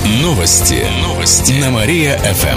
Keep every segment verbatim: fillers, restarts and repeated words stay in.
Новости. Новости. На Мария-ФМ.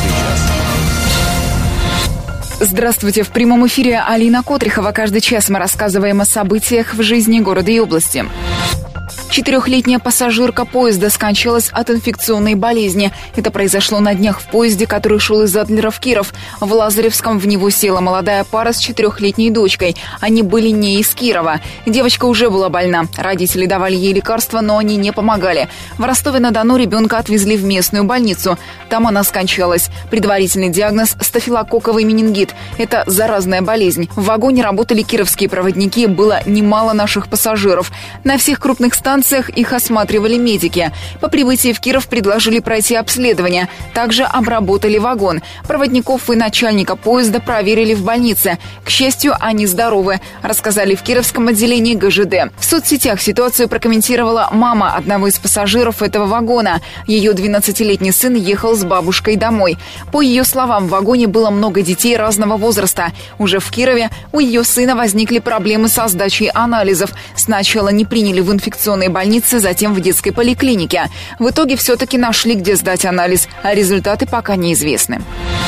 Здравствуйте. В прямом эфире Алина Котрихова. Каждый час мы рассказываем о событиях в жизни города и области. Четырехлетняя пассажирка поезда скончалась от инфекционной болезни. Это произошло на днях в поезде, который шел из Адлера в Киров. В Лазаревском в него села молодая пара с четырехлетней дочкой. Они были не из Кирова. Девочка уже была больна. Родители давали ей лекарства, но они не помогали. В Ростове-на-Дону ребенка отвезли в местную больницу. Там она скончалась. Предварительный диагноз – стафилококковый менингит. Это заразная болезнь. В вагоне работали кировские проводники. Было немало наших пассажиров. На всех крупных станциях их осматривали медики. По прибытии в Киров предложили пройти обследование. Также обработали вагон. Проводников и начальника поезда проверили в больнице. К счастью, они здоровы, рассказали в Кировском отделении гэ жэ дэ. В соцсетях ситуацию прокомментировала мама одного из пассажиров этого вагона. Ее двенадцатилетний сын ехал с бабушкой домой. По ее словам, в вагоне было много детей разного возраста. Уже в Кирове у ее сына возникли проблемы со сдачей анализов. Сначала не приняли в инфекционной больнице, затем в детской поликлинике. В итоге все-таки нашли, где сдать анализ, а результаты пока неизвестны.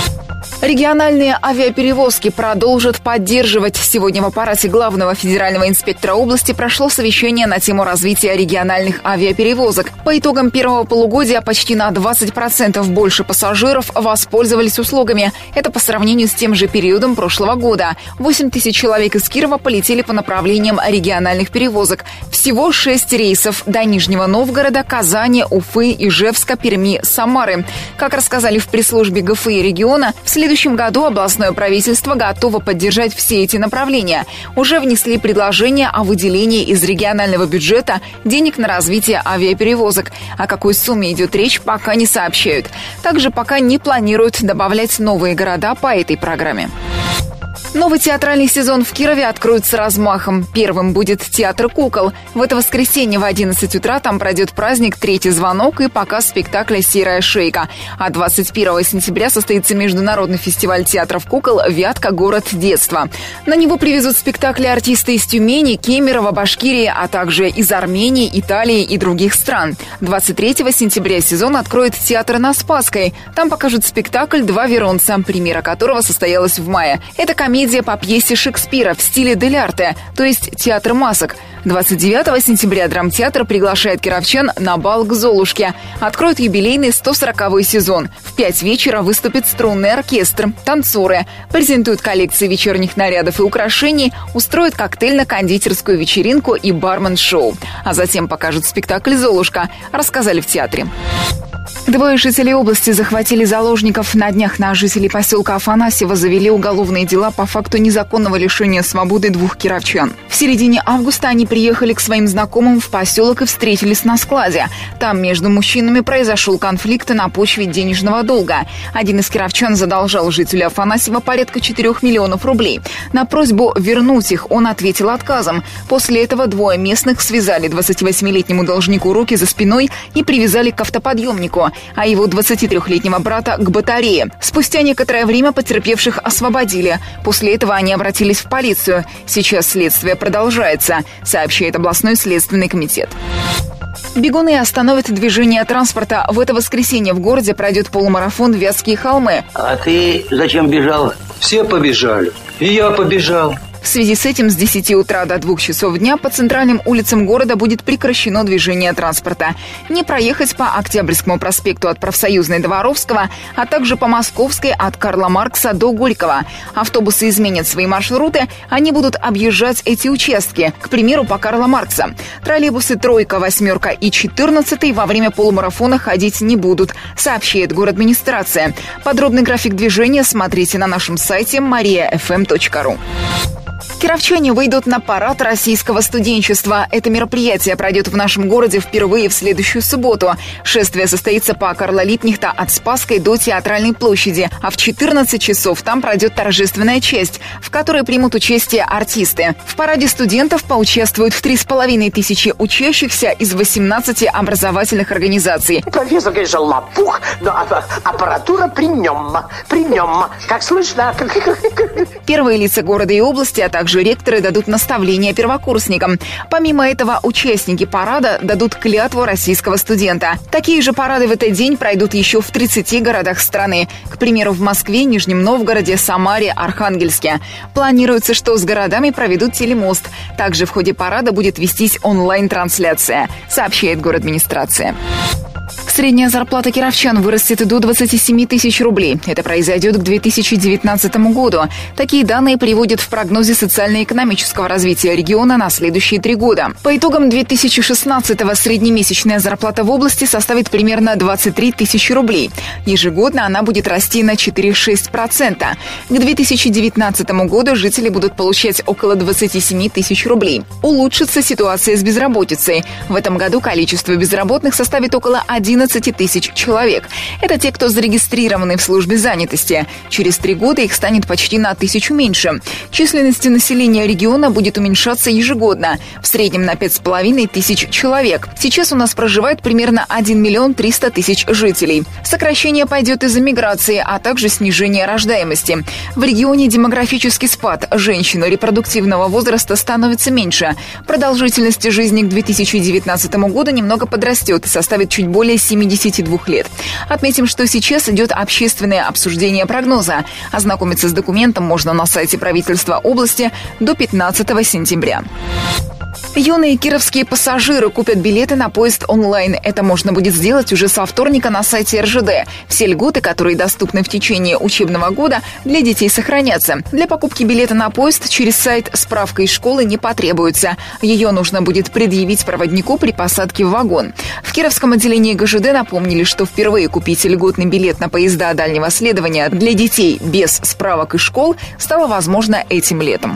Региональные авиаперевозки продолжат поддерживать. Сегодня в аппарате главного федерального инспектора области прошло совещание на тему развития региональных авиаперевозок. По итогам первого полугодия почти на двадцать процентов больше пассажиров воспользовались услугами. Это по сравнению с тем же периодом прошлого года. восемь тысяч человек из Кирова полетели по направлениям региональных перевозок. Всего шесть рейсов до Нижнего Новгорода, Казани, Уфы, Ижевска, Перми, Самары. Как рассказали в пресс-службе гэ эф и региона, в следующем В следующем году областное правительство готово поддержать все эти направления. Уже внесли предложение о выделении из регионального бюджета денег на развитие авиаперевозок. О какой сумме идет речь, пока не сообщают. Также пока не планируют добавлять новые города по этой программе. Новый театральный сезон в Кирове откроют с размахом. Первым будет театр кукол. В это воскресенье в одиннадцать утра там пройдет праздник «Третий звонок» и показ спектакля «Серая шейка». А двадцать первого сентября состоится международный фестиваль театров кукол «Вятка. Город детства». На него привезут спектакли артисты из Тюмени, Кемерово, Башкирии, а также из Армении, Италии и других стран. двадцать третьего сентября сезон откроет театр на Спасской. Там покажут спектакль «Два Веронца», премьера которого состоялась в мае. Это комедия по пьесе Шекспира в стиле дель арте, то есть театр масок. двадцать девятого сентября драмтеатр приглашает кировчан на бал к Золушке. Откроют юбилейный сто сороковой сезон. В пять вечера выступит струнный оркестр, танцоры, презентуют коллекции вечерних нарядов и украшений, устроят коктейльно-кондитерскую вечеринку и бармен-шоу. А затем покажут спектакль «Золушка», рассказали в театре. Двое жителей области захватили заложников. На днях на жителей поселка Афанасьево завели уголовные дела по факту незаконного лишения свободы двух кировчан. В середине августа они приехали к своим знакомым в поселок и встретились на складе. Там между мужчинами произошел конфликт на почве денежного долга. Один из кировчан задолжал жителю Афанасьева порядка четырех миллионов рублей. На просьбу вернуть их он ответил отказом. После этого двое местных связали двадцативосьмилетнему должнику руки за спиной и привязали к автоподъемнику, а его двадцатитрёхлетнего брата к батарее. Спустя некоторое время потерпевших освободили. После этого они обратились в полицию. Сейчас следствие продолжается, сообщает областной следственный комитет. Бегуны остановят движение транспорта. В это воскресенье в городе пройдет полумарафон «Вятские холмы». А ты зачем бежал? Все побежали. И я побежал. В связи с этим с десяти утра до двух часов дня по центральным улицам города будет прекращено движение транспорта. Не проехать по Октябрьскому проспекту от Профсоюзной до Воровского, а также по Московской от Карла Маркса до Горького. Автобусы изменят свои маршруты, они будут объезжать эти участки, к примеру, по Карла Маркса. Троллейбусы «Тройка», «Восьмерка» и «Четырнадцатый» во время полумарафона ходить не будут, сообщает городадминистрация. Подробный график движения смотрите на нашем сайте мария эф эм точка ру. Кировчане выйдут на парад российского студенчества. Это мероприятие пройдет в нашем городе впервые в следующую субботу. Шествие состоится по Карла Липкнехта от Спасской до Театральной площади, а в четырнадцать часов там пройдет торжественная часть, в которой примут участие артисты. В параде студентов поучаствуют в три с половиной тысячи учащихся из восемнадцати образовательных организаций. Профессор, конечно, лопух, но аппаратура при нем, при нем, как слышно. Первые лица города и области, а также Также ректоры дадут наставления первокурсникам. Помимо этого, участники парада дадут клятву российского студента. Такие же парады в этот день пройдут еще в тридцати городах страны. К примеру, в Москве, Нижнем Новгороде, Самаре, Архангельске. Планируется, что с городами проведут телемост. Также в ходе парада будет вестись онлайн-трансляция, сообщает городадминистрация. Средняя зарплата кировчан вырастет до двадцати семи тысяч рублей. Это произойдет к две тысячи девятнадцатому году. Такие данные приводят в прогнозе социально-экономического развития региона на следующие три года. По итогам две тысячи шестнадцатого среднемесячная зарплата в области составит примерно двадцать три тысячи рублей. Ежегодно она будет расти на четыре целых шесть десятых процента. К две тысячи девятнадцатому году жители будут получать около двадцати семи тысяч рублей. Улучшится ситуация с безработицей. В этом году количество безработных составит около одиннадцати тысяч человек. Это те, кто зарегистрированы в службе занятости. Через три года их станет почти на тысячу меньше. Численность населения региона будет уменьшаться ежегодно, в среднем на пять с половиной тысяч человек. Сейчас у нас проживает примерно один миллион триста тысяч жителей. Сокращение пойдет из-за миграции, а также снижения рождаемости. В регионе демографический спад. Женщин репродуктивного возраста становится меньше. Продолжительность жизни к две тысячи девятнадцатому году немного подрастет и составит чуть более семидесяти двух лет. Отметим, что сейчас идет общественное обсуждение прогноза. Ознакомиться с документом можно на сайте правительства области до пятнадцатого сентября. Юные кировские пассажиры купят билеты на поезд онлайн. Это можно будет сделать уже со вторника на сайте эр жэ дэ. Все льготы, которые доступны в течение учебного года, для детей сохранятся. Для покупки билета на поезд через сайт справка из школы не потребуется. Ее нужно будет предъявить проводнику при посадке в вагон. В Кировском отделении гэ жэ дэ напомнили, что впервые купить льготный билет на поезда дальнего следования для детей без справок из школ стало возможно этим летом.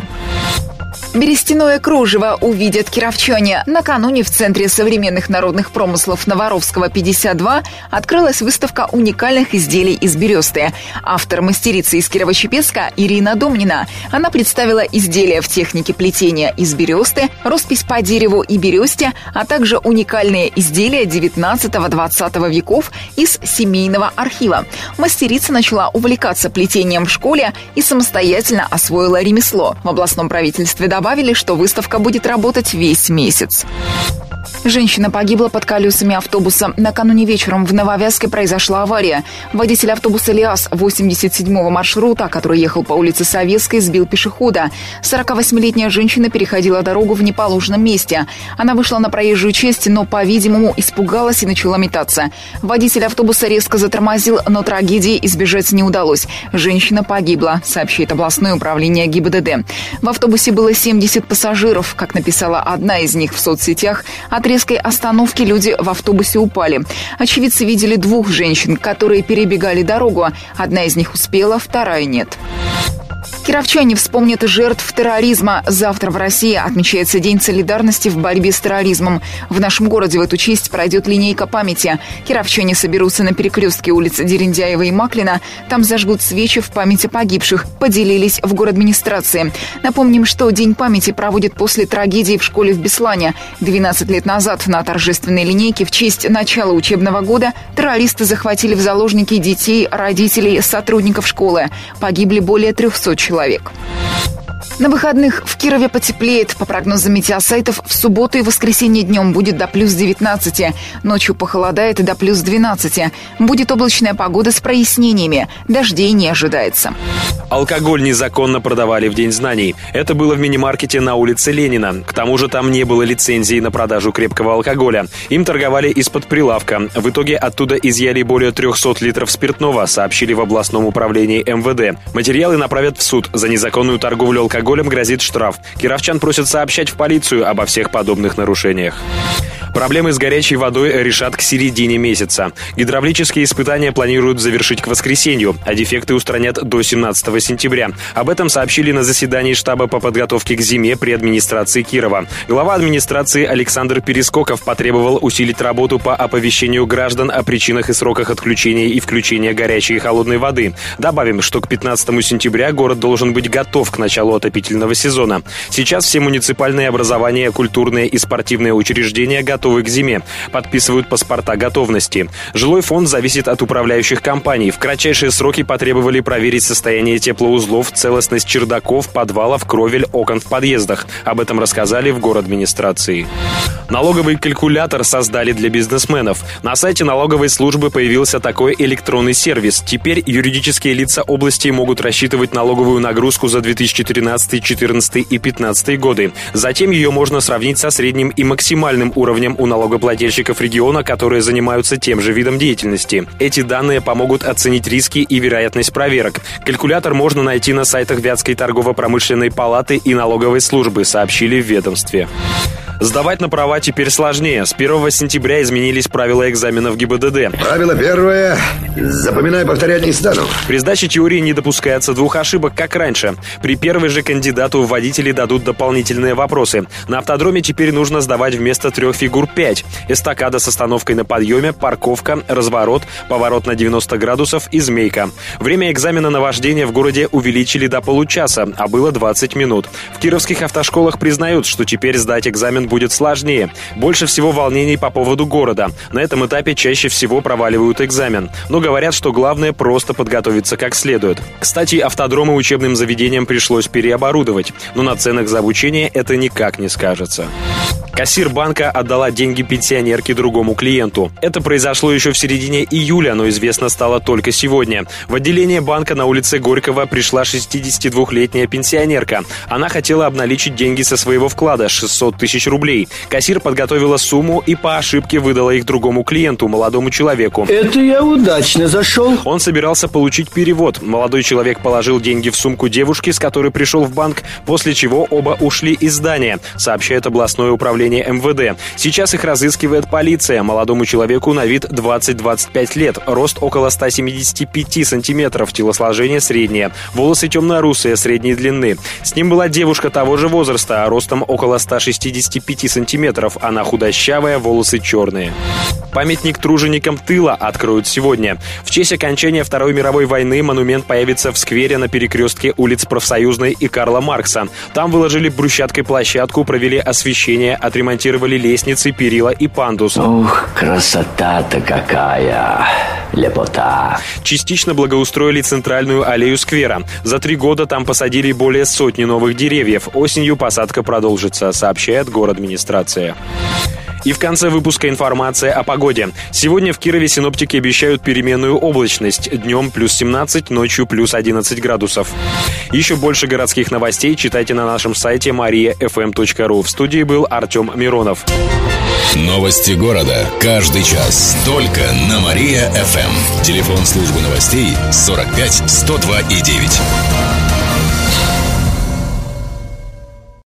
Берестяное кружево увидят кировчане. Накануне в Центре современных народных промыслов Новоровского, пятьдесят два, открылась выставка уникальных изделий из бересты. Автор мастерицы из Кирово-Чепецка Ирина Домнина. Она представила изделия в технике плетения из бересты, роспись по дереву и бересте, а также уникальные изделия девятнадцатого-двадцатого веков из семейного архива. Мастерица начала увлекаться плетением в школе и самостоятельно освоила ремесло. В областном правительстве добавили, Добавили, что выставка будет работать весь месяц. Женщина погибла под колесами автобуса. Накануне вечером в Нововязке произошла авария. Водитель автобуса ЛиАЗ восемьдесят седьмого маршрута, который ехал по улице Советской, сбил пешехода. сорокавосьмилетняя женщина переходила дорогу в неположенном месте. Она вышла на проезжую часть, но, по-видимому, испугалась и начала метаться. Водитель автобуса резко затормозил, но трагедии избежать не удалось. Женщина погибла, сообщает областное управление гэ и бэ дэ дэ. В автобусе было семьдесят пассажиров. Как написала одна из них в соцсетях, от резкой остановки люди в автобусе упали. Очевидцы видели двух женщин, которые перебегали дорогу. Одна из них успела, вторая нет. Кировчане вспомнят жертв терроризма. Завтра в России отмечается День солидарности в борьбе с терроризмом. В нашем городе в эту честь пройдет линейка памяти. Кировчане соберутся на перекрестке улиц Дерендяева и Маклина. Там зажгут свечи в памяти погибших. Поделились в городадминистрации. Напомним, что День памяти проводят после трагедии в школе в Беслане. двенадцать лет назад на торжественной линейке в честь начала учебного года террористы захватили в заложники детей, родителей, сотрудников школы. Погибли более трехсот человек. Человек. На выходных в Кирове потеплеет. По прогнозам метеосайтов, в субботу и воскресенье днем будет до плюс девятнадцати. Ночью похолодает и до плюс двенадцати. Будет облачная погода с прояснениями. Дождей не ожидается. Алкоголь незаконно продавали в День знаний. Это было в мини-маркете на улице Ленина. К тому же там не было лицензии на продажу крепкого алкоголя. Им торговали из-под прилавка. В итоге оттуда изъяли более трехсот литров спиртного, сообщили в областном управлении эм вэ дэ. Материалы направят в суд. За незаконную торговлю алкоголем грозит штраф. Кировчан просят сообщать в полицию обо всех подобных нарушениях. Проблемы с горячей водой решат к середине месяца. Гидравлические испытания планируют завершить к воскресенью, а дефекты устранят до семнадцатого сентября. Об этом сообщили на заседании штаба по подготовке к зиме при администрации Кирова. Глава администрации Александр Перескоков потребовал усилить работу по оповещению граждан о причинах и сроках отключения и включения горячей и холодной воды. Добавим, что к пятнадцатому сентября город должен быть готов к началу отопительного сезона. Сейчас все муниципальные образования, культурные и спортивные учреждения готовы готовы к зиме. Подписывают паспорта готовности. Жилой фонд зависит от управляющих компаний. В кратчайшие сроки потребовали проверить состояние теплоузлов, целостность чердаков, подвалов, кровель, окон в подъездах. Об этом рассказали в городадминистрации. Налоговый калькулятор создали для бизнесменов. На сайте налоговой службы появился такой электронный сервис. Теперь юридические лица области могут рассчитывать налоговую нагрузку за две тысячи тринадцатый, две тысячи четырнадцатый и две тысячи пятнадцатый годы. Затем ее можно сравнить со средним и максимальным уровнем у налогоплательщиков региона, которые занимаются тем же видом деятельности. Эти данные помогут оценить риски и вероятность проверок. Калькулятор можно найти на сайтах Вятской торгово-промышленной палаты и налоговой службы, сообщили в ведомстве. Сдавать на права теперь сложнее. С первого сентября изменились правила экзаменов ГИБДД. Правило первое. Запоминай, повторять не стану. При сдаче теории не допускается двух ошибок, как раньше. При первой же кандидату водители дадут дополнительные вопросы. На автодроме теперь нужно сдавать вместо трех фигур пять. Эстакада с остановкой на подъеме, парковка, разворот, поворот на девяносто градусов и змейка. Время экзамена на вождение в городе увеличили до получаса, а было двадцать минут. В кировских автошколах признают, что теперь сдать экзамен будет сложнее. Больше всего волнений по поводу города. На этом этапе чаще всего проваливают экзамен. Но говорят, что главное просто подготовиться как следует. Кстати, автодромы учебным заведениям пришлось переоборудовать. Но на ценах за обучение это никак не скажется. Кассир банка отдала деньги пенсионерке другому клиенту. Это произошло еще в середине июля, но известно стало только сегодня. В отделение банка на улице Горького пришла шестидесятидвухлетняя пенсионерка. Она хотела обналичить деньги со своего вклада – шестьсот тысяч рублей. Кассир подготовила сумму и по ошибке выдала их другому клиенту, молодому человеку. Это я удачно зашел. Он собирался получить перевод. Молодой человек положил деньги в сумку девушки, с которой пришел в банк, после чего оба ушли из здания, сообщает областное управление эм вэ дэ. Сейчас их разыскивает полиция. Молодому человеку на вид двадцать-двадцать пять лет, рост около ста семидесяти пяти сантиметров, телосложение среднее, волосы темно-русые, средней длины. С ним была девушка того же возраста, ростом около ста шестидесяти пяти сантиметров. Она худощавая, волосы черные. Памятник труженикам тыла откроют сегодня. В честь окончания Второй мировой войны монумент появится в сквере на перекрестке улиц Профсоюзной и Карла Маркса. Там выложили брусчаткой площадку, провели освещение, отремонтировали лестницы, перила и пандус. Ух, красота-то какая! Лепота! Частично благоустроили центральную аллею сквера. За три года там посадили более сотни новых деревьев. Осенью посадка продолжится, сообщает городадминистрация. И в конце выпуска информация о погоде. Сегодня в Кирове синоптики обещают переменную облачность. Днем плюс семнадцать, ночью плюс одиннадцать градусов. Еще больше городских новостей читайте на нашем сайте мария эф эм точка ру. В студии был Артем Миронов. Новости города. Каждый час. Только на Мария эф эм. Телефон службы новостей сорок пять сто два и девять.